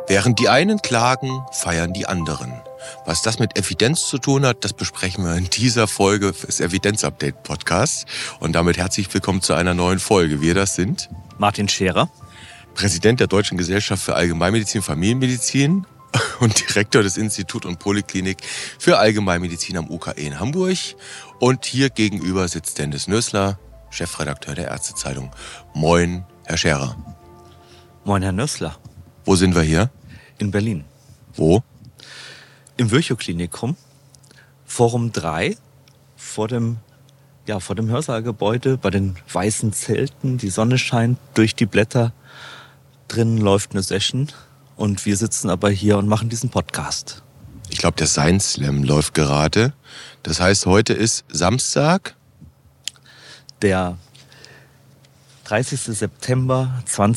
Während die einen klagen, feiern die anderen. Was das mit Evidenz zu tun hat, das besprechen wir in dieser Folge des Evidenz-Update-Podcasts. Und damit herzlich willkommen zu einer neuen Folge. Wir das sind Martin Scherer, Präsident der Deutschen Gesellschaft für Allgemeinmedizin und Familienmedizin und Direktor des Institut und Poliklinik für Allgemeinmedizin am UKE in Hamburg. Und hier gegenüber sitzt Dennis Nössler, Chefredakteur der Ärztezeitung. Moin, Herr Scherer. Moin, Herr Nössler. Wo sind wir hier? In Berlin. Wo? Im Virchow-Klinikum, Forum 3, vor dem Hörsaalgebäude, bei den weißen Zelten. Die Sonne scheint durch die Blätter. Drinnen läuft eine Session und wir sitzen aber hier und machen diesen Podcast. Ich glaube, der Science Slam läuft gerade. Das heißt, heute ist Samstag. Der 30. September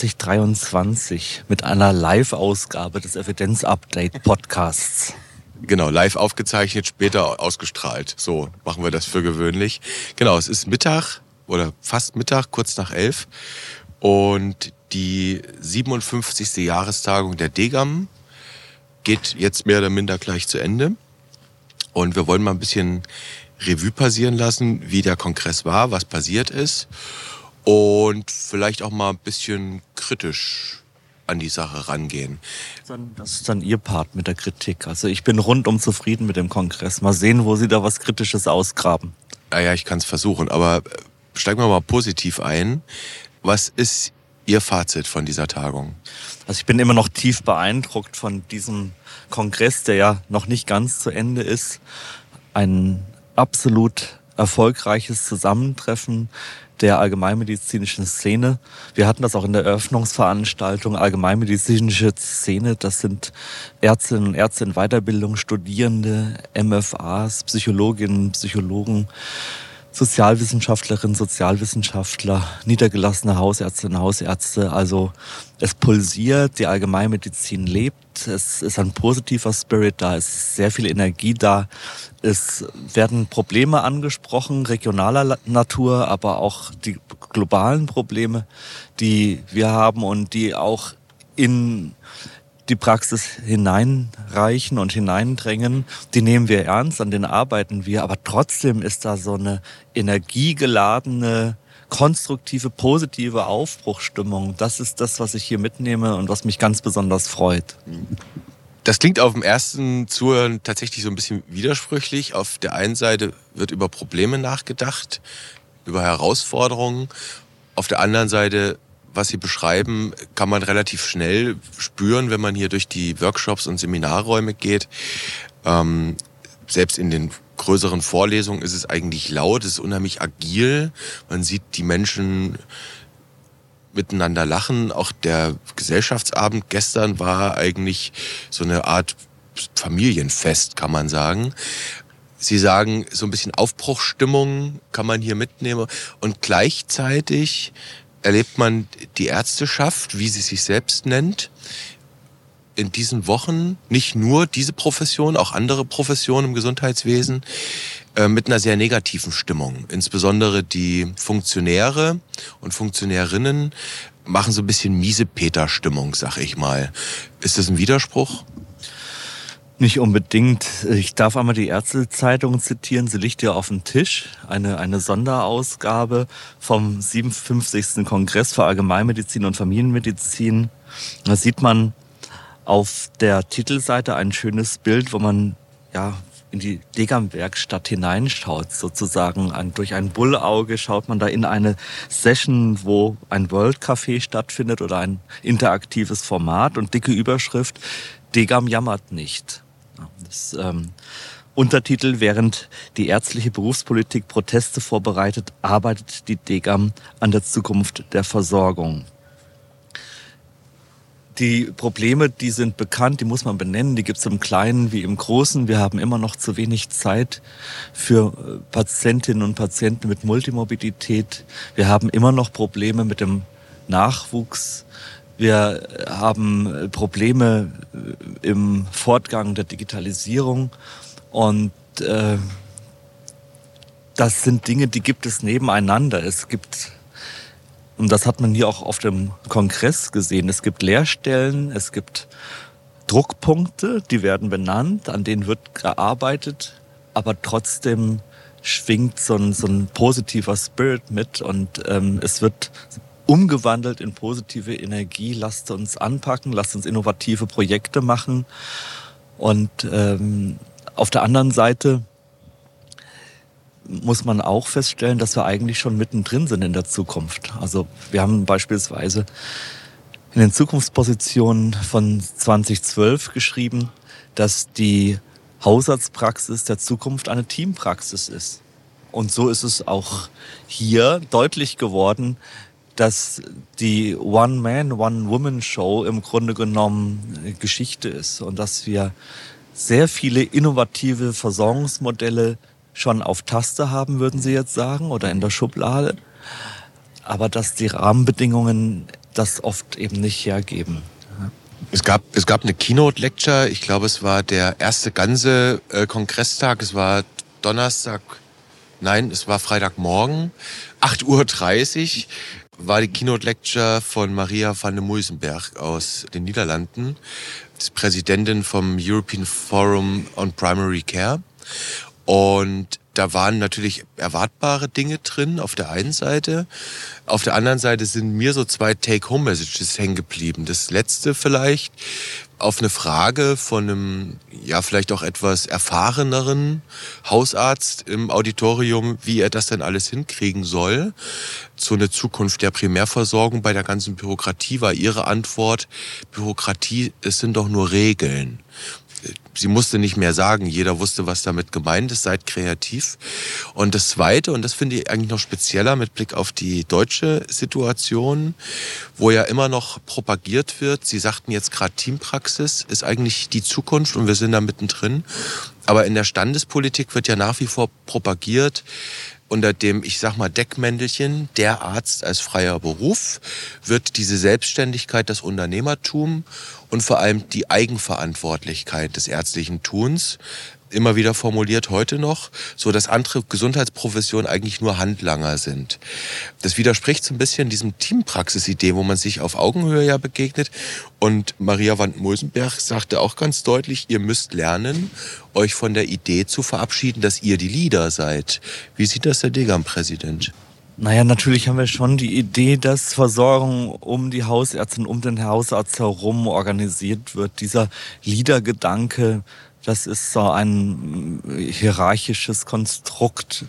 2023 mit einer Live-Ausgabe des Evidenz-Update-Podcasts. Genau, live aufgezeichnet, später ausgestrahlt. So machen wir das für gewöhnlich. Genau, es ist Mittag oder fast Mittag, kurz nach 11. Und die 57. Jahrestagung der DGAM geht jetzt mehr oder minder gleich zu Ende. Und wir wollen mal ein bisschen Revue passieren lassen, wie der Kongress war, was passiert ist. Und vielleicht auch mal ein bisschen kritisch an die Sache rangehen. Das ist dann Ihr Part mit der Kritik. Also ich bin rundum zufrieden mit dem Kongress. Mal sehen, wo Sie da was Kritisches ausgraben. Naja, ich kann es versuchen, aber steigen wir mal positiv ein. Was ist Ihr Fazit von dieser Tagung? Also ich bin immer noch tief beeindruckt von diesem Kongress, der ja noch nicht ganz zu Ende ist. Ein absolut erfolgreiches Zusammentreffen der allgemeinmedizinischen Szene. Wir hatten das auch in der Eröffnungsveranstaltung. Allgemeinmedizinische Szene, das sind Ärztinnen und Ärzte in Weiterbildung, Studierende, MFAs, Psychologinnen, Psychologen, Sozialwissenschaftlerinnen, Sozialwissenschaftler, niedergelassene Hausärztinnen, Hausärzte. Also es pulsiert, die Allgemeinmedizin lebt, es ist ein positiver Spirit da, es ist sehr viel Energie da. Es werden Probleme angesprochen, regionaler Natur, aber auch die globalen Probleme, die wir haben und die auch in die Praxis hineinreichen und hineindrängen, die nehmen wir ernst, an denen arbeiten wir, aber trotzdem ist da so eine energiegeladene, konstruktive, positive Aufbruchsstimmung. Das ist das, was ich hier mitnehme und was mich ganz besonders freut. Das klingt auf dem ersten Zuhören tatsächlich so ein bisschen widersprüchlich. Auf der einen Seite wird über Probleme nachgedacht, über Herausforderungen. Auf der anderen Seite, was Sie beschreiben, kann man relativ schnell spüren, wenn man hier durch die Workshops und Seminarräume geht. Selbst in den größeren Vorlesungen ist es eigentlich laut, es ist unheimlich agil. Man sieht die Menschen miteinander lachen. Auch der Gesellschaftsabend gestern war eigentlich so eine Art Familienfest, kann man sagen. Sie sagen, so ein bisschen Aufbruchsstimmung kann man hier mitnehmen. Und gleichzeitig erlebt man die Ärzteschaft, wie sie sich selbst nennt, in diesen Wochen, nicht nur diese Profession, auch andere Professionen im Gesundheitswesen, mit einer sehr negativen Stimmung. Insbesondere die Funktionäre und Funktionärinnen machen so ein bisschen Miesepeter-Stimmung, sag ich mal. Ist das ein Widerspruch? Nicht unbedingt. Ich darf einmal die Ärztezeitung zitieren. Sie liegt ja auf dem Tisch. Eine Sonderausgabe vom 57. Kongress für Allgemeinmedizin und Familienmedizin. Da sieht man auf der Titelseite ein schönes Bild, wo man in die DGAM-Werkstatt hineinschaut, sozusagen. Durch ein Bullauge schaut man da in eine Session, wo ein World Café stattfindet oder ein interaktives Format und dicke Überschrift: DGAM jammert nicht. Das Untertitel: Während die ärztliche Berufspolitik Proteste vorbereitet, arbeitet die DGAM an der Zukunft der Versorgung. Die Probleme, die sind bekannt, die muss man benennen, die gibt es im Kleinen wie im Großen. Wir haben immer noch zu wenig Zeit für Patientinnen und Patienten mit Multimorbidität. Wir haben immer noch Probleme mit dem Nachwuchs. Wir haben Probleme im Fortgang der Digitalisierung. Und das sind Dinge, die gibt es nebeneinander. Es gibt, und das hat man hier auch auf dem Kongress gesehen, es gibt Lehrstellen, es gibt Druckpunkte, die werden benannt, an denen wird gearbeitet, aber trotzdem schwingt so ein positiver Spirit mit und es wird umgewandelt in positive Energie. Lasst uns anpacken, lasst uns innovative Projekte machen. Und auf der anderen Seite muss man auch feststellen, dass wir eigentlich schon mittendrin sind in der Zukunft. Also wir haben beispielsweise in den Zukunftspositionen von 2012 geschrieben, dass die Hausarztpraxis der Zukunft eine Teampraxis ist. Und so ist es auch hier deutlich geworden, dass die One-Man, One-Woman-Show im Grunde genommen Geschichte ist und dass wir sehr viele innovative Versorgungsmodelle schon auf Taste haben, würden Sie jetzt sagen, oder in der Schublade, aber dass die Rahmenbedingungen das oft eben nicht hergeben. Es gab eine Keynote-Lecture, ich glaube, es war der erste ganze Kongresstag, es war es war Freitagmorgen, 8:30 Uhr, war die Keynote-Lecture von Maria van der Muizenberg aus den Niederlanden, die Präsidentin vom European Forum on Primary Care. Und da waren natürlich erwartbare Dinge drin auf der einen Seite. Auf der anderen Seite sind mir so 2 Take-Home-Messages hängen geblieben. Das letzte vielleicht auf eine Frage von einem, vielleicht auch etwas erfahreneren Hausarzt im Auditorium, wie er das denn alles hinkriegen soll. So eine Zukunft der Primärversorgung bei der ganzen Bürokratie war ihre Antwort: Bürokratie, es sind doch nur Regeln. Sie musste nicht mehr sagen, jeder wusste, was damit gemeint ist, seid kreativ. Und das Zweite, und das finde ich eigentlich noch spezieller mit Blick auf die deutsche Situation, wo ja immer noch propagiert wird, Sie sagten jetzt gerade, Teampraxis ist eigentlich die Zukunft und wir sind da mittendrin. Aber in der Standespolitik wird ja nach wie vor propagiert, unter dem, ich sag mal, Deckmäntelchen, der Arzt als freier Beruf, wird diese Selbstständigkeit, das Unternehmertum und vor allem die Eigenverantwortlichkeit des ärztlichen Tuns immer wieder formuliert, heute noch, so dass andere Gesundheitsprofessionen eigentlich nur Handlanger sind. Das widerspricht so ein bisschen diesem Teampraxis-Idee, wo man sich auf Augenhöhe ja begegnet. Und Maria van der Muizenberg sagte auch ganz deutlich, ihr müsst lernen, euch von der Idee zu verabschieden, dass ihr die Leader seid. Wie sieht das der Degam-Präsident? Naja, natürlich haben wir schon die Idee, dass Versorgung um die Hausärztin, um den Hausarzt herum organisiert wird. Dieser Leader-Gedanke, das ist so ein hierarchisches Konstrukt,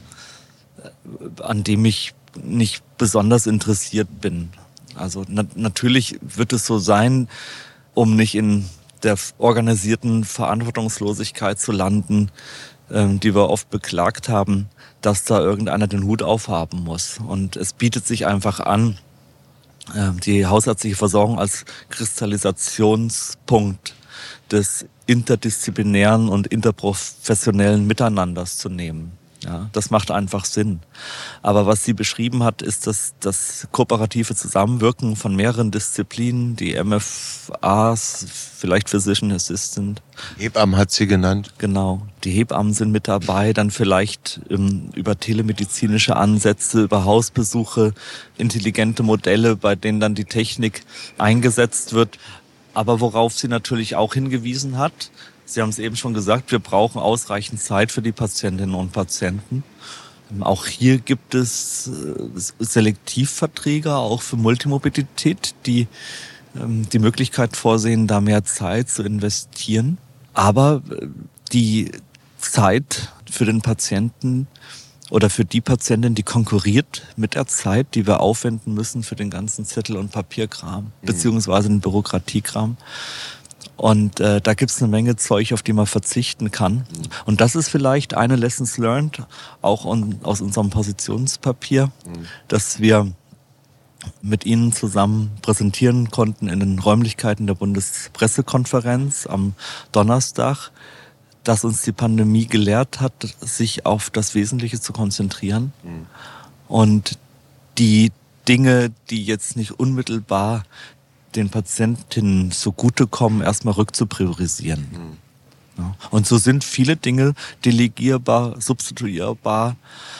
an dem ich nicht besonders interessiert bin. Also natürlich wird es so sein, um nicht in der organisierten Verantwortungslosigkeit zu landen, die wir oft beklagt haben, dass da irgendeiner den Hut aufhaben muss. Und es bietet sich einfach an, die hausärztliche Versorgung als Kristallisationspunkt des interdisziplinären und interprofessionellen Miteinanders zu nehmen. Ja, das macht einfach Sinn. Aber was sie beschrieben hat, ist das kooperative Zusammenwirken von mehreren Disziplinen, die MFAs, vielleicht Physician Assistant. Hebammen hat sie genannt. Genau, die Hebammen sind mit dabei, dann vielleicht über telemedizinische Ansätze, über Hausbesuche, intelligente Modelle, bei denen dann die Technik eingesetzt wird. Aber worauf sie natürlich auch hingewiesen hat, Sie haben es eben schon gesagt, wir brauchen ausreichend Zeit für die Patientinnen und Patienten. Auch hier gibt es Selektivverträge, auch für Multimorbidität, die die Möglichkeit vorsehen, da mehr Zeit zu investieren. Aber die Zeit für den Patienten oder für die Patientin, die konkurriert mit der Zeit, die wir aufwenden müssen für den ganzen Zettel- und Papierkram, beziehungsweise den Bürokratiekram. Und da gibt's eine Menge Zeug, auf die man verzichten kann. Und das ist vielleicht eine Lessons learned, auch aus unserem Positionspapier, dass wir mit Ihnen zusammen präsentieren konnten in den Räumlichkeiten der Bundespressekonferenz am Donnerstag, dass uns die Pandemie gelehrt hat, sich auf das Wesentliche zu konzentrieren und die Dinge, die jetzt nicht unmittelbar den Patientinnen zugutekommen, erstmal rückzupriorisieren. Ja. Und so sind viele Dinge delegierbar, substituierbar,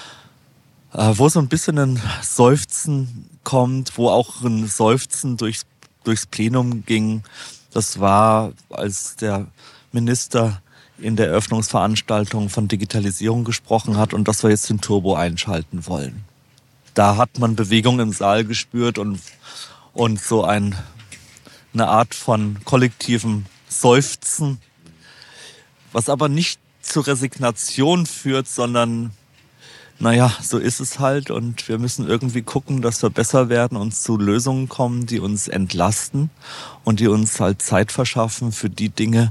wo so ein bisschen ein Seufzen kommt, wo auch ein Seufzen durchs Plenum ging, Das war, als der Minister in der Eröffnungsveranstaltung von Digitalisierung gesprochen hat und dass wir jetzt den Turbo einschalten wollen. Da hat man Bewegung im Saal gespürt und so eine Art von kollektivem Seufzen, was aber nicht zur Resignation führt, sondern naja, so ist es halt und wir müssen irgendwie gucken, dass wir besser werden und zu Lösungen kommen, die uns entlasten und die uns halt Zeit verschaffen für die Dinge,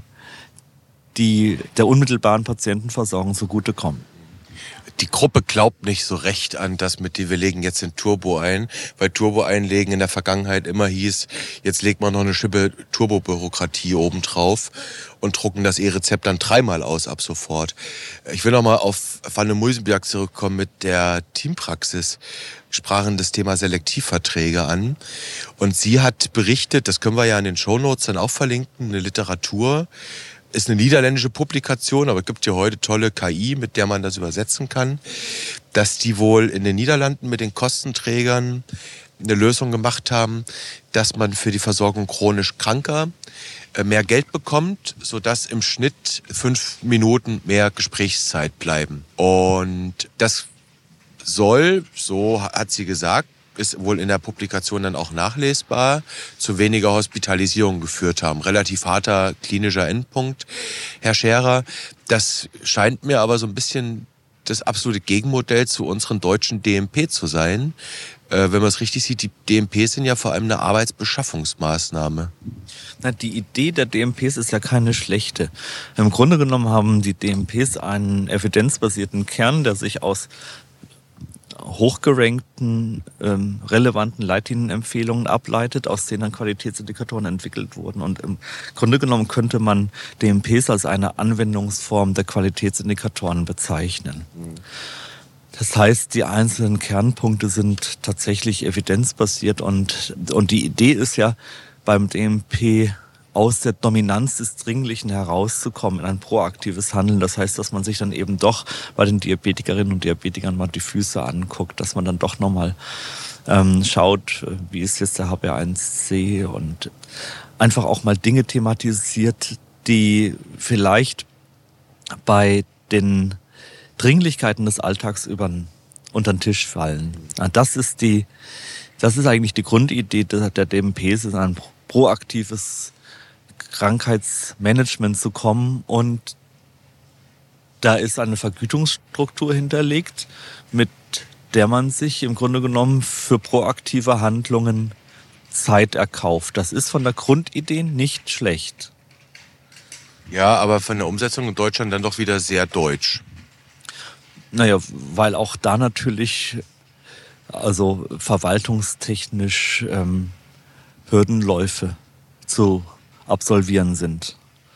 die der unmittelbaren Patientenversorgung zugutekommen. Die Gruppe glaubt nicht so recht an das mit, wir legen jetzt den Turbo ein, weil Turbo einlegen in der Vergangenheit immer hieß, jetzt legt man noch eine Schippe Turbobürokratie obendrauf und drucken das E-Rezept dann 3-mal aus ab sofort. Ich will nochmal auf Vanne Muisenberg zurückkommen mit der Teampraxis. Wir sprachen das Thema Selektivverträge an und sie hat berichtet, das können wir ja in den Shownotes dann auch verlinken, eine Literatur, ist eine niederländische Publikation, aber es gibt ja heute tolle KI, mit der man das übersetzen kann, dass die wohl in den Niederlanden mit den Kostenträgern eine Lösung gemacht haben, dass man für die Versorgung chronisch Kranker mehr Geld bekommt, sodass im Schnitt 5 Minuten mehr Gesprächszeit bleiben. Und das soll, so hat sie gesagt, ist wohl in der Publikation dann auch nachlesbar, zu weniger Hospitalisierung geführt haben. Relativ harter klinischer Endpunkt, Herr Scherer. Das scheint mir aber so ein bisschen das absolute Gegenmodell zu unseren deutschen DMP zu sein. Wenn man es richtig sieht, die DMPs sind ja vor allem eine Arbeitsbeschaffungsmaßnahme. Na, die Idee der DMPs ist ja keine schlechte. Im Grunde genommen haben die DMPs einen evidenzbasierten Kern, der sich aus hochgerankten, relevanten Leitlinienempfehlungen ableitet, aus denen dann Qualitätsindikatoren entwickelt wurden. Und im Grunde genommen könnte man DMPs als eine Anwendungsform der Qualitätsindikatoren bezeichnen. Das heißt, die einzelnen Kernpunkte sind tatsächlich evidenzbasiert und die Idee ist ja beim DMP aus der Dominanz des Dringlichen herauszukommen in ein proaktives Handeln. Das heißt, dass man sich dann eben doch bei den Diabetikerinnen und Diabetikern mal die Füße anguckt, dass man dann doch nochmal schaut, wie ist jetzt der HbA1c und einfach auch mal Dinge thematisiert, die vielleicht bei den Dringlichkeiten des Alltags unter den Tisch fallen. Das ist eigentlich die Grundidee der DMPs, ist ein proaktives Krankheitsmanagement zu kommen und da ist eine Vergütungsstruktur hinterlegt, mit der man sich im Grunde genommen für proaktive Handlungen Zeit erkauft. Das ist von der Grundidee nicht schlecht. Ja, aber von der Umsetzung in Deutschland dann doch wieder sehr deutsch. Naja, weil auch da natürlich also verwaltungstechnisch Hürdenläufe zu absolvieren sind.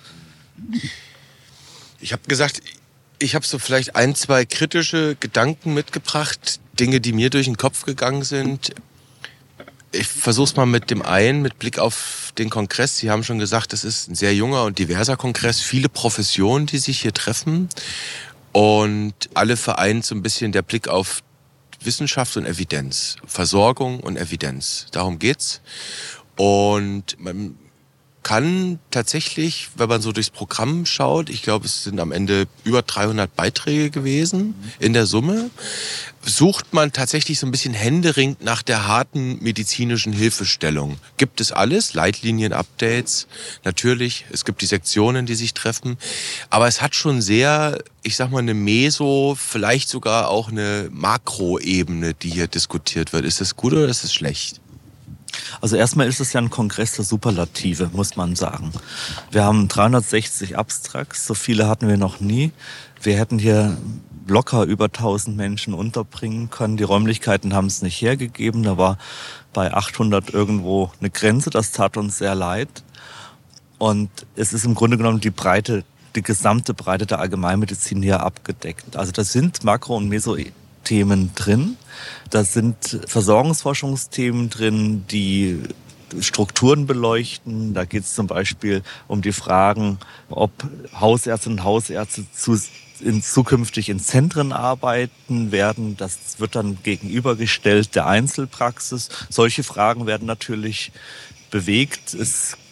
Ich habe gesagt, ich habe so vielleicht 1, 2 kritische Gedanken mitgebracht, Dinge, die mir durch den Kopf gegangen sind. Ich versuche es mal mit dem einen, mit Blick auf den Kongress. Sie haben schon gesagt, das ist ein sehr junger und diverser Kongress, viele Professionen, die sich hier treffen und alle vereint so ein bisschen der Blick auf Wissenschaft und Evidenz, Versorgung und Evidenz. Darum geht's. Und man kann tatsächlich, wenn man so durchs Programm schaut, ich glaube, es sind am Ende über 300 Beiträge gewesen in der Summe, sucht man tatsächlich so ein bisschen händeringend nach der harten medizinischen Hilfestellung. Gibt es alles, Leitlinien, Updates, natürlich, es gibt die Sektionen, die sich treffen, aber es hat schon sehr, ich sag mal, eine Meso, vielleicht sogar auch eine Makroebene, die hier diskutiert wird. Ist das gut oder ist das schlecht? Also erstmal ist es ja ein Kongress der Superlative, muss man sagen. Wir haben 360 Abstracts, so viele hatten wir noch nie. Wir hätten hier locker über 1000 Menschen unterbringen können. Die Räumlichkeiten haben es nicht hergegeben. Da war bei 800 irgendwo eine Grenze. Das tat uns sehr leid. Und es ist im Grunde genommen die gesamte Breite der Allgemeinmedizin hier abgedeckt. Also da sind Makro- und Meso-Themen drin. Da sind Versorgungsforschungsthemen drin, die Strukturen beleuchten. Da geht es zum Beispiel um die Fragen, ob Hausärztinnen und Hausärzte zukünftig in Zentren arbeiten werden. Das wird dann gegenübergestellt der Einzelpraxis. Solche Fragen werden natürlich bewegt. Es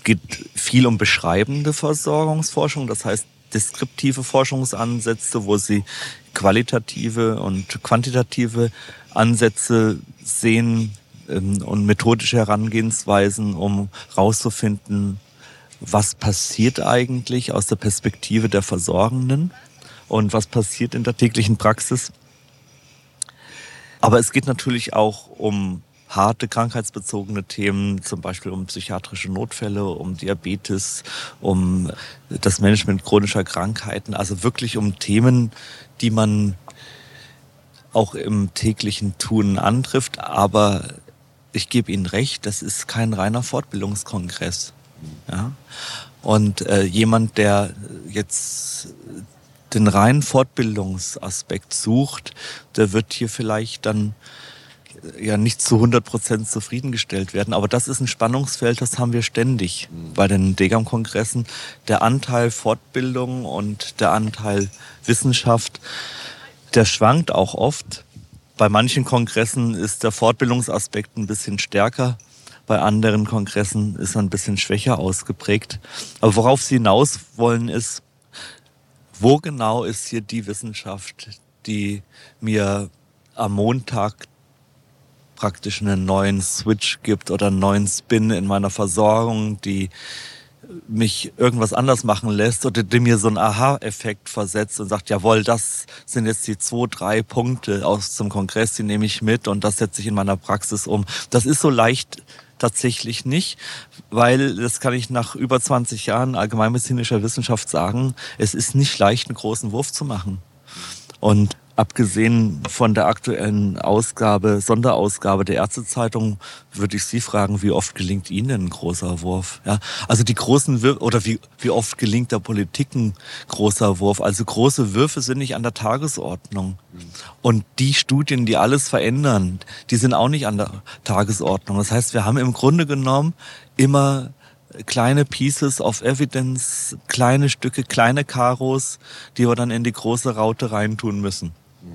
geht viel um beschreibende Versorgungsforschung, das heißt deskriptive Forschungsansätze, wo sie qualitative und quantitative Ansätze sehen und methodische Herangehensweisen, um herauszufinden, was passiert eigentlich aus der Perspektive der Versorgenden und was passiert in der täglichen Praxis. Aber es geht natürlich auch um harte krankheitsbezogene Themen, zum Beispiel um psychiatrische Notfälle, um Diabetes, um das Management chronischer Krankheiten, also wirklich um Themen, die man auch im täglichen Tun antrifft. Aber ich gebe Ihnen recht, das ist kein reiner Fortbildungskongress. Ja? Und jemand, der jetzt den reinen Fortbildungsaspekt sucht, der wird hier vielleicht dann ja nicht zu 100% zufriedengestellt werden. Aber das ist ein Spannungsfeld, das haben wir ständig bei den DGAM-Kongressen. Der Anteil Fortbildung und der Anteil Wissenschaft, der schwankt auch oft. Bei manchen Kongressen ist der Fortbildungsaspekt ein bisschen stärker. Bei anderen Kongressen ist er ein bisschen schwächer ausgeprägt. Aber worauf Sie hinaus wollen ist, wo genau ist hier die Wissenschaft, die mir am Montag praktisch einen neuen Switch gibt oder einen neuen Spin in meiner Versorgung, die mich irgendwas anders machen lässt oder die mir so einen Aha-Effekt versetzt und sagt, jawohl, das sind jetzt die 2, 3 Punkte aus dem Kongress, die nehme ich mit und das setze ich in meiner Praxis um. Das ist so leicht tatsächlich nicht, weil, das kann ich nach über 20 Jahren allgemeinmedizinischer Wissenschaft sagen, es ist nicht leicht, einen großen Wurf zu machen. Und abgesehen von der aktuellen Sonderausgabe der Ärztezeitung, würde ich Sie fragen, wie oft gelingt Ihnen denn ein großer Wurf? Ja, also die großen Würfe, oder wie oft gelingt der Politik ein großer Wurf? Also große Würfe sind nicht an der Tagesordnung. Und die Studien, die alles verändern, die sind auch nicht an der Tagesordnung. Das heißt, wir haben im Grunde genommen immer kleine Pieces of Evidence, kleine Stücke, kleine Karos, die wir dann in die große Raute reintun müssen.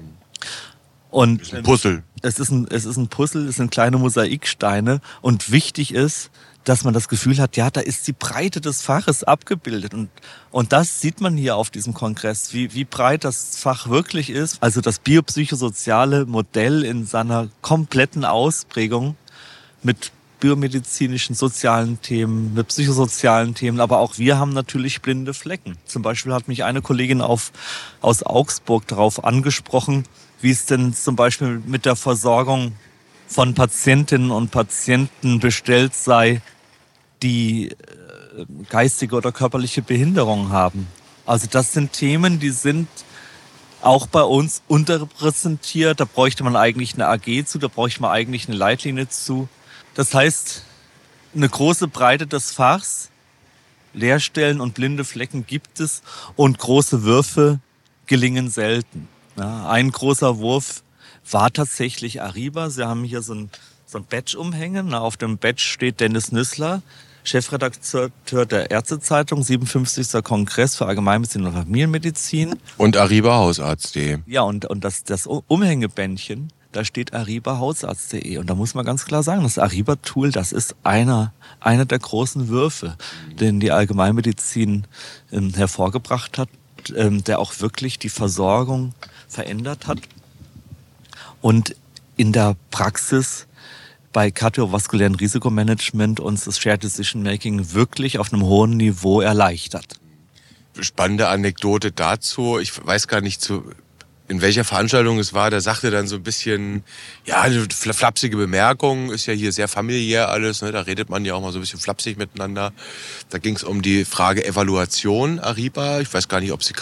Und ist ein Puzzle. Es ist ein Puzzle, es sind kleine Mosaiksteine und wichtig ist, dass man das Gefühl hat, ja, da ist die Breite des Faches abgebildet und das sieht man hier auf diesem Kongress, wie breit das Fach wirklich ist. Also das biopsychosoziale Modell in seiner kompletten Ausprägung mit biomedizinischen, sozialen Themen, mit psychosozialen Themen, aber auch wir haben natürlich blinde Flecken. Zum Beispiel hat mich eine Kollegin aus Augsburg darauf angesprochen, wie es denn zum Beispiel mit der Versorgung von Patientinnen und Patienten bestellt sei, die geistige oder körperliche Behinderung haben. Also das sind Themen, die sind auch bei uns unterrepräsentiert. Da bräuchte man eigentlich eine AG zu, da bräuchte man eigentlich eine Leitlinie zu. Das heißt, eine große Breite des Fachs, Leerstellen und blinde Flecken gibt es und große Würfe gelingen selten. Ja, ein großer Wurf war tatsächlich Ariba. Sie haben hier so ein Badge umhängen. Auf dem Badge steht Dennis Nüssler, Chefredakteur der Ärztezeitung, 57. Kongress für Allgemeinmedizin und Familienmedizin. Und Ariba Hausarzt.de. Ja, und das Umhängebändchen, da steht Ariba Hausarzt.de. Und da muss man ganz klar sagen, das Ariba-Tool, das ist einer der großen Würfe, den die Allgemeinmedizin hervorgebracht hat, der auch wirklich die Versorgung verändert hat und in der Praxis bei kardiovaskulären Risikomanagement uns das Shared Decision Making wirklich auf einem hohen Niveau erleichtert. Spannende Anekdote dazu. Ich weiß gar nicht, in welcher Veranstaltung es war. Da sagte dann so ein bisschen, ja, eine flapsige Bemerkung, ist ja hier sehr familiär alles, ne? Da redet man ja auch mal so ein bisschen flapsig miteinander. Da ging es um die Frage Evaluation Ariba. Ich weiß gar nicht, ob es das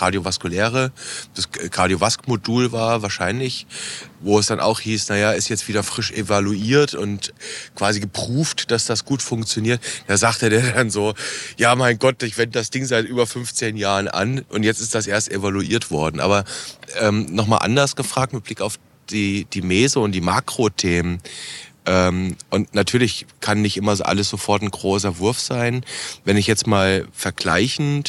Kardiovask-Modul war, wahrscheinlich, wo es dann auch hieß, naja, ist jetzt wieder frisch evaluiert und quasi geprüft, dass das gut funktioniert. Da sagte der dann so, ja, mein Gott, ich wende das Ding seit über 15 Jahren an und jetzt ist das erst evaluiert worden. Aber nochmal anders gefragt mit Blick auf die Meso- und die Makrothemen. Und natürlich kann nicht immer alles sofort ein großer Wurf sein. Wenn ich jetzt mal vergleichend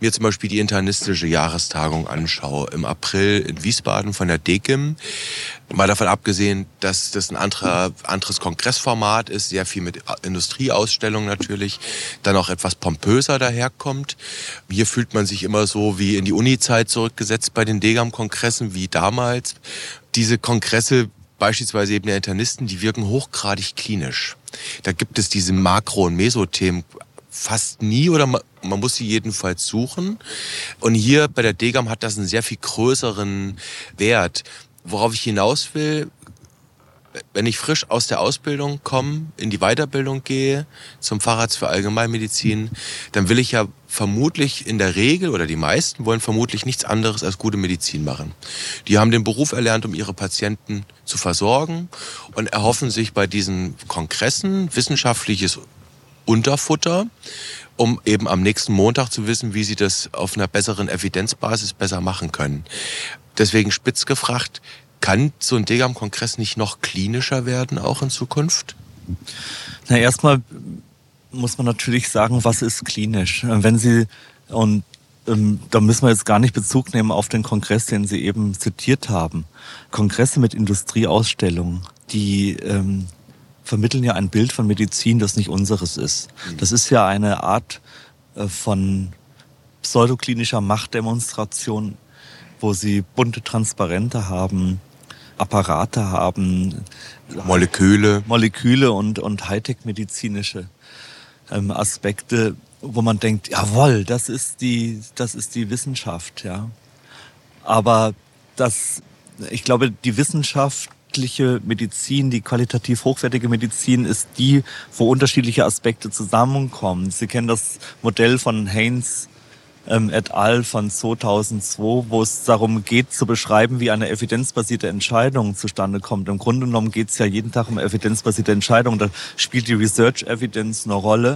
mir zum Beispiel die internistische Jahrestagung anschaue, im April in Wiesbaden von der DGIM, mal davon abgesehen, dass das ein anderes Kongressformat ist, sehr viel mit Industrieausstellungen natürlich, dann auch etwas pompöser daherkommt. Hier fühlt man sich immer so wie in die Uni-Zeit zurückgesetzt bei den DGAM-Kongressen wie damals. Diese Kongresse, beispielsweise eben der Internisten, die wirken hochgradig klinisch. Da gibt es diese Makro- und Mesothemen fast nie oder man muss sie jedenfalls suchen. Und hier bei der DGAM hat das einen sehr viel größeren Wert. Worauf ich hinaus will, wenn ich frisch aus der Ausbildung komme, in die Weiterbildung gehe, zum Facharzt für Allgemeinmedizin, dann will ich ja vermutlich in der Regel, oder die meisten wollen vermutlich nichts anderes als gute Medizin machen. Die haben den Beruf erlernt, um ihre Patienten zu versorgen und erhoffen sich bei diesen Kongressen wissenschaftliches Unterfutter, um eben am nächsten Montag zu wissen, wie sie das auf einer besseren Evidenzbasis besser machen können. Deswegen spitz gefragt, kann so ein DGAM-Kongress nicht noch klinischer werden, auch in Zukunft? Na, erstmal muss man natürlich sagen, was ist klinisch? Wenn Sie, und da müssen wir jetzt gar nicht Bezug nehmen auf den Kongress, den Sie eben zitiert haben. Kongresse mit Industrieausstellungen, die vermitteln ja ein Bild von Medizin, das nicht unseres ist. Das ist ja eine Art von pseudoklinischer Machtdemonstration, wo Sie bunte Transparente haben, Apparate haben, Moleküle und Hightech-medizinische Aspekte, wo man denkt, jawohl, das ist die Wissenschaft, ja. Aber ich glaube, die wissenschaftliche Medizin, die qualitativ hochwertige Medizin ist die, wo unterschiedliche Aspekte zusammenkommen. Sie kennen das Modell von Haynes et al. Von 2002, wo es darum geht, zu beschreiben, wie eine evidenzbasierte Entscheidung zustande kommt. Im Grunde genommen geht es ja jeden Tag um evidenzbasierte Entscheidungen. Da spielt die Research Evidence eine Rolle.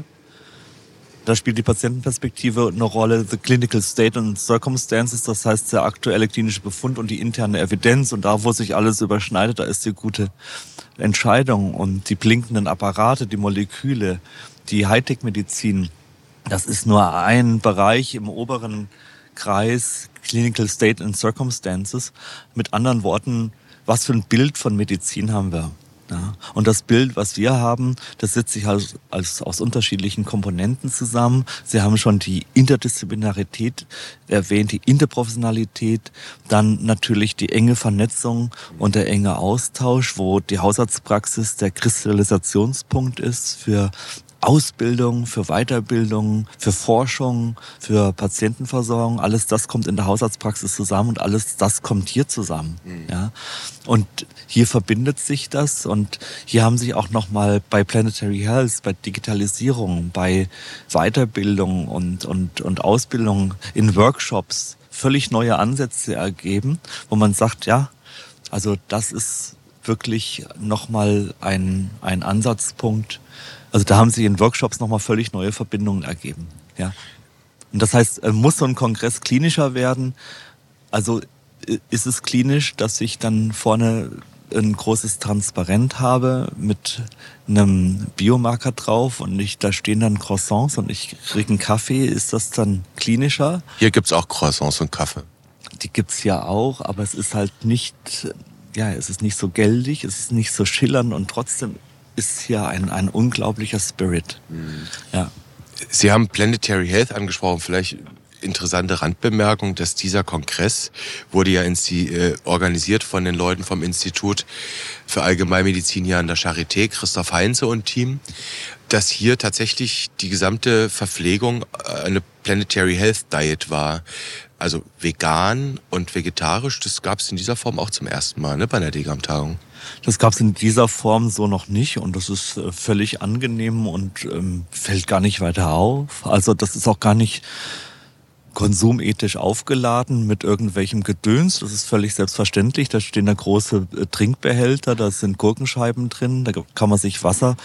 Da spielt die Patientenperspektive eine Rolle, the clinical state and circumstances, das heißt der aktuelle klinische Befund und die interne Evidenz. Und da, wo sich alles überschneidet, da ist die gute Entscheidung. Und die blinkenden Apparate, die Moleküle, die Hightech-Medizin, das ist nur ein Bereich im oberen Kreis, Clinical State and Circumstances. Mit anderen Worten, was für ein Bild von Medizin haben wir? Ja. Und das Bild, was wir haben, das setzt sich aus unterschiedlichen Komponenten zusammen. Sie haben schon die Interdisziplinarität erwähnt, die Interprofessionalität, dann natürlich die enge Vernetzung und der enge Austausch, wo die Hausarztpraxis der Kristallisationspunkt ist für Ausbildung, für Weiterbildung, für Forschung, für Patientenversorgung. Alles das kommt in der Hausarztpraxis zusammen und alles das kommt hier zusammen. Ja. Und hier verbindet sich das und hier haben sich auch nochmal bei Planetary Health, bei Digitalisierung, bei Weiterbildung und Ausbildung in Workshops völlig neue Ansätze ergeben, wo man sagt, ja, also das ist wirklich nochmal ein Ansatzpunkt. Also da haben sich in Workshops nochmal völlig neue Verbindungen ergeben. Ja. Und das heißt, muss so ein Kongress klinischer werden? Also ist es klinisch, dass ich dann vorne ein großes Transparent habe mit einem Biomarker drauf und da stehen dann Croissants und ich kriege einen Kaffee? Ist das dann klinischer? Hier gibt's auch Croissants und Kaffee. Die gibt's ja auch, aber es ist halt nicht, es ist nicht so geldig, es ist nicht so schillernd und trotzdem ist hier ein unglaublicher Spirit. Ja. Sie haben Planetary Health angesprochen, vielleicht interessante Randbemerkung, dass dieser Kongress wurde ja organisiert von den Leuten vom Institut für Allgemeinmedizin hier an der Charité, Christoph Heinze und Team, dass hier tatsächlich die gesamte Verpflegung eine Planetary Health Diet war. Also vegan und vegetarisch, das gab es in dieser Form auch zum ersten Mal, ne, bei der DGAM-Tagung. Das gab es in dieser Form so noch nicht und das ist völlig angenehm und fällt gar nicht weiter auf. Also das ist auch gar nicht konsumethisch aufgeladen mit irgendwelchem Gedöns. Das ist völlig selbstverständlich. Da stehen da große Trinkbehälter, da sind Gurkenscheiben drin, da kann man sich Wasser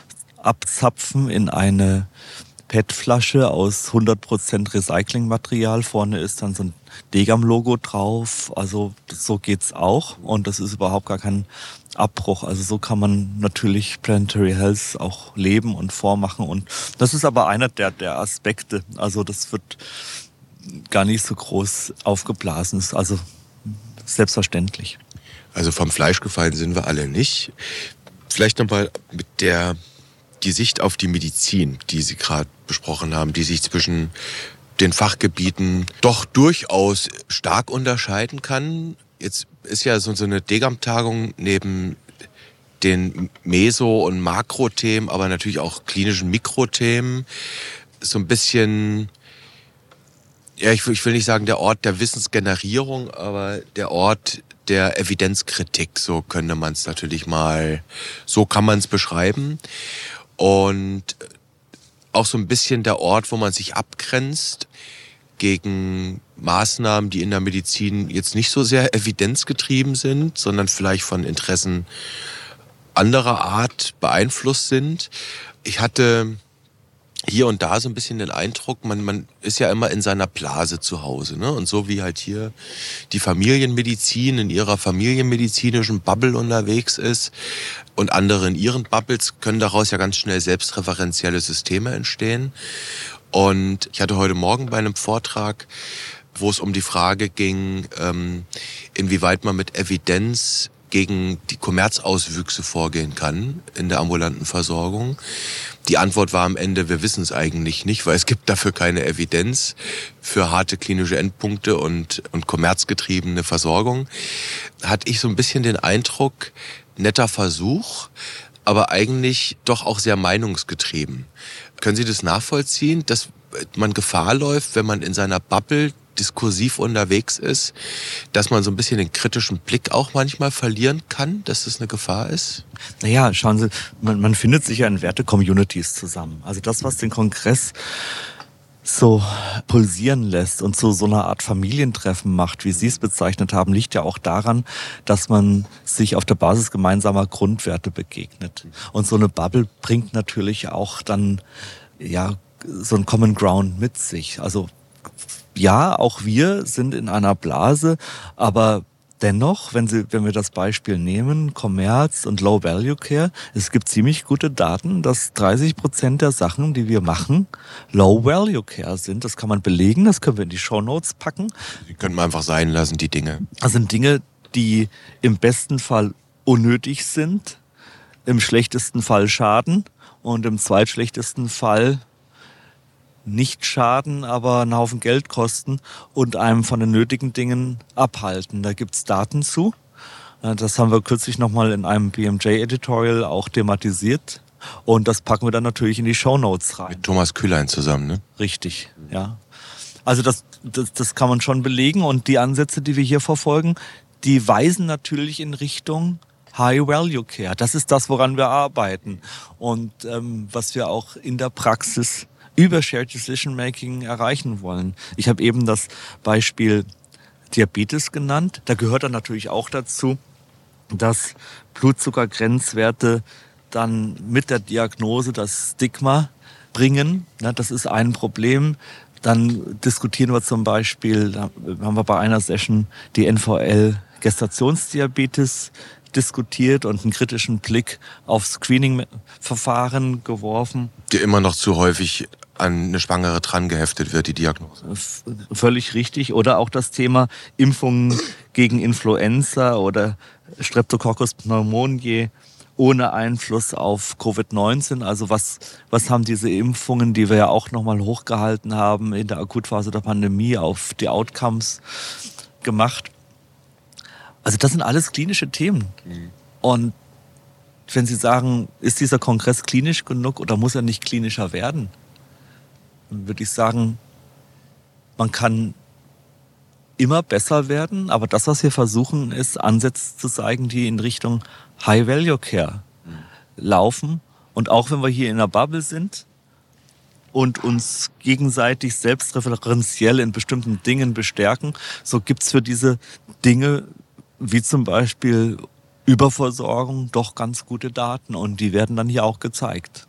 abzapfen in eine PET-Flasche aus 100% Recyclingmaterial. Vorne ist dann so ein DGAM-Logo drauf. Also so geht's auch und das ist überhaupt gar kein Abbruch. Also so kann man natürlich Planetary Health auch leben und vormachen und das ist aber einer der Aspekte. Also das wird gar nicht so groß aufgeblasen ist. Also selbstverständlich. Also vom Fleisch gefallen sind wir alle nicht. Vielleicht nochmal mit die Sicht auf die Medizin, die Sie gerade besprochen haben, die sich zwischen den Fachgebieten doch durchaus stark unterscheiden kann. Jetzt ist ja so eine Degam-Tagung neben den Meso- und Makrothemen, aber natürlich auch klinischen Mikrothemen, so ein bisschen, ja, ich will nicht sagen der Ort der Wissensgenerierung, aber der Ort der Evidenzkritik, so könnte man es natürlich mal, so kann man es beschreiben. Und auch so ein bisschen der Ort, wo man sich abgrenzt gegen Maßnahmen, die in der Medizin jetzt nicht so sehr evidenzgetrieben sind, sondern vielleicht von Interessen anderer Art beeinflusst sind. Ich hatte hier und da so ein bisschen den Eindruck, man ist ja immer in seiner Blase zu Hause, ne? Und so wie halt hier die Familienmedizin in ihrer familienmedizinischen Bubble unterwegs ist und andere in ihren Bubbles, können daraus ja ganz schnell selbstreferenzielle Systeme entstehen. Und ich hatte heute Morgen bei einem Vortrag, wo es um die Frage ging, inwieweit man mit Evidenz gegen die Kommerzauswüchse vorgehen kann in der ambulanten Versorgung. Die Antwort war am Ende, wir wissen es eigentlich nicht, weil es gibt dafür keine Evidenz für harte klinische Endpunkte und kommerzgetriebene Versorgung. Hatte ich so ein bisschen den Eindruck, netter Versuch, aber eigentlich doch auch sehr meinungsgetrieben. Können Sie das nachvollziehen, dass man Gefahr läuft, wenn man in seiner Bubble diskursiv unterwegs ist, dass man so ein bisschen den kritischen Blick auch manchmal verlieren kann, dass das eine Gefahr ist? Naja, schauen Sie, man findet sich ja in Werte-Communities zusammen. Also das, was den Kongress so pulsieren lässt und so einer Art Familientreffen macht, wie Sie es bezeichnet haben, liegt ja auch daran, dass man sich auf der Basis gemeinsamer Grundwerte begegnet. Und so eine Bubble bringt natürlich auch dann ja so ein Common Ground mit sich. Also ja, auch wir sind in einer Blase, aber dennoch, wenn wir das Beispiel nehmen, Kommerz und Low Value Care, es gibt ziemlich gute Daten, dass 30% der Sachen, die wir machen, Low Value Care sind. Das kann man belegen, das können wir in die Shownotes packen. Die können wir einfach sein lassen, die Dinge. Das sind Dinge, die im besten Fall unnötig sind, im schlechtesten Fall schaden und im zweitschlechtesten Fall nicht schaden, aber einen Haufen Geld kosten und einem von den nötigen Dingen abhalten. Da gibt's Daten zu. Das haben wir kürzlich nochmal in einem BMJ-Editorial auch thematisiert. Und das packen wir dann natürlich in die Shownotes rein. Mit Thomas Kühlein zusammen, ne? Richtig, ja. Also das kann man schon belegen. Und die Ansätze, die wir hier verfolgen, die weisen natürlich in Richtung High-Value-Care. Das ist das, woran wir arbeiten. Und was wir auch in der Praxis über Shared Decision Making erreichen wollen. Ich habe eben das Beispiel Diabetes genannt. Da gehört dann natürlich auch dazu, dass Blutzuckergrenzwerte dann mit der Diagnose das Stigma bringen. Das ist ein Problem. Dann diskutieren wir zum Beispiel, da haben wir bei einer Session die NVL Gestationsdiabetes diskutiert und einen kritischen Blick auf Screening-Verfahren geworfen. Die immer noch zu häufig an eine Schwangere dran geheftet wird, die Diagnose. Völlig richtig. Oder auch das Thema Impfungen gegen Influenza oder Streptococcus pneumoniae ohne Einfluss auf Covid-19. Also was haben diese Impfungen, die wir ja auch nochmal hochgehalten haben in der Akutphase der Pandemie, auf die Outcomes gemacht? Also das sind alles klinische Themen. Und wenn Sie sagen, ist dieser Kongress klinisch genug oder muss er nicht klinischer werden? Dann würde ich sagen, man kann immer besser werden, aber das, was wir versuchen, ist, Ansätze zu zeigen, die in Richtung High-Value-Care laufen. Und auch wenn wir hier in der Bubble sind und uns gegenseitig selbstreferenziell in bestimmten Dingen bestärken, so gibt's für diese Dinge, wie zum Beispiel Überversorgung, doch ganz gute Daten. Und die werden dann hier auch gezeigt.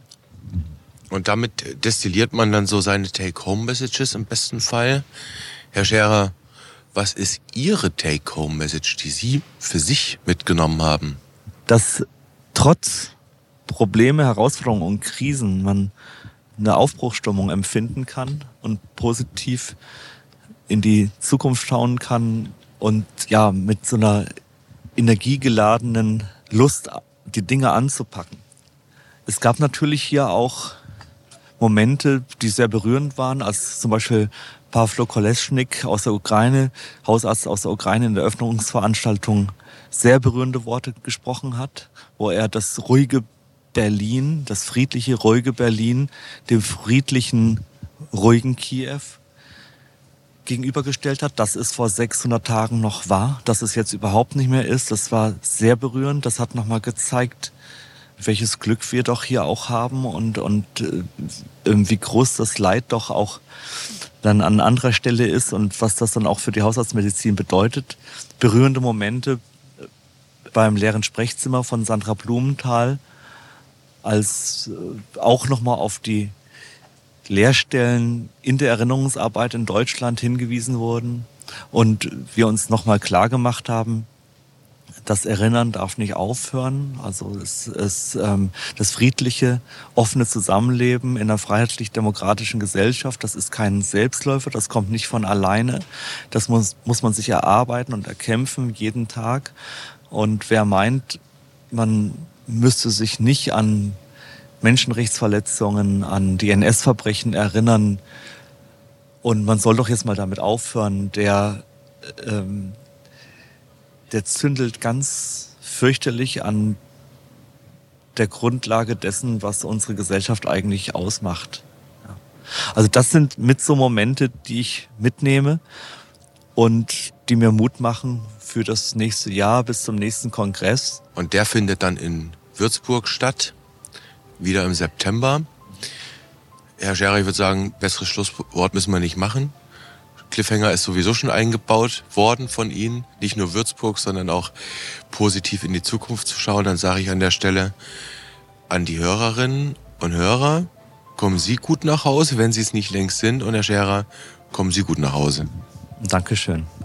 Und damit destilliert man dann so seine Take-Home-Messages im besten Fall. Herr Scherer, was ist Ihre Take-Home-Message, die Sie für sich mitgenommen haben? Dass trotz Probleme, Herausforderungen und Krisen man eine Aufbruchsstimmung empfinden kann und positiv in die Zukunft schauen kann und ja, mit so einer energiegeladenen Lust, die Dinge anzupacken. Es gab natürlich hier auch Momente, die sehr berührend waren, als zum Beispiel Pawlo Koleschnik aus der Ukraine, Hausarzt aus der Ukraine, in der Eröffnungsveranstaltung sehr berührende Worte gesprochen hat, wo er das ruhige Berlin, das friedliche, ruhige Berlin, dem friedlichen, ruhigen Kiew gegenübergestellt hat, dass es vor 600 Tagen noch war, dass es jetzt überhaupt nicht mehr ist. Das war sehr berührend. Das hat nochmal gezeigt, welches Glück wir doch hier auch haben und wie groß das Leid doch auch dann an anderer Stelle ist und was das dann auch für die Hausarztmedizin bedeutet. Berührende Momente beim leeren Sprechzimmer von Sandra Blumenthal, als auch nochmal auf die Lehrstellen in der Erinnerungsarbeit in Deutschland hingewiesen wurden und wir uns nochmal klar gemacht haben, das Erinnern darf nicht aufhören. Also das friedliche, offene Zusammenleben in einer freiheitlich-demokratischen Gesellschaft, das ist kein Selbstläufer, das kommt nicht von alleine. Das muss man sich erarbeiten und erkämpfen jeden Tag. Und wer meint, man müsste sich nicht an Menschenrechtsverletzungen, an die NS-Verbrechen erinnern und man soll doch jetzt mal damit aufhören, der zündelt ganz fürchterlich an der Grundlage dessen, was unsere Gesellschaft eigentlich ausmacht. Ja. Also das sind mit so Momente, die ich mitnehme und die mir Mut machen für das nächste Jahr bis zum nächsten Kongress. Und der findet dann in Würzburg statt, wieder im September. Herr Scherer, ich würde sagen, besseres Schlusswort müssen wir nicht machen. Cliffhanger ist sowieso schon eingebaut worden von Ihnen. Nicht nur Würzburg, sondern auch positiv in die Zukunft zu schauen. Dann sage ich an der Stelle an die Hörerinnen und Hörer, kommen Sie gut nach Hause, wenn Sie es nicht längst sind. Und Herr Scherer, kommen Sie gut nach Hause. Dankeschön.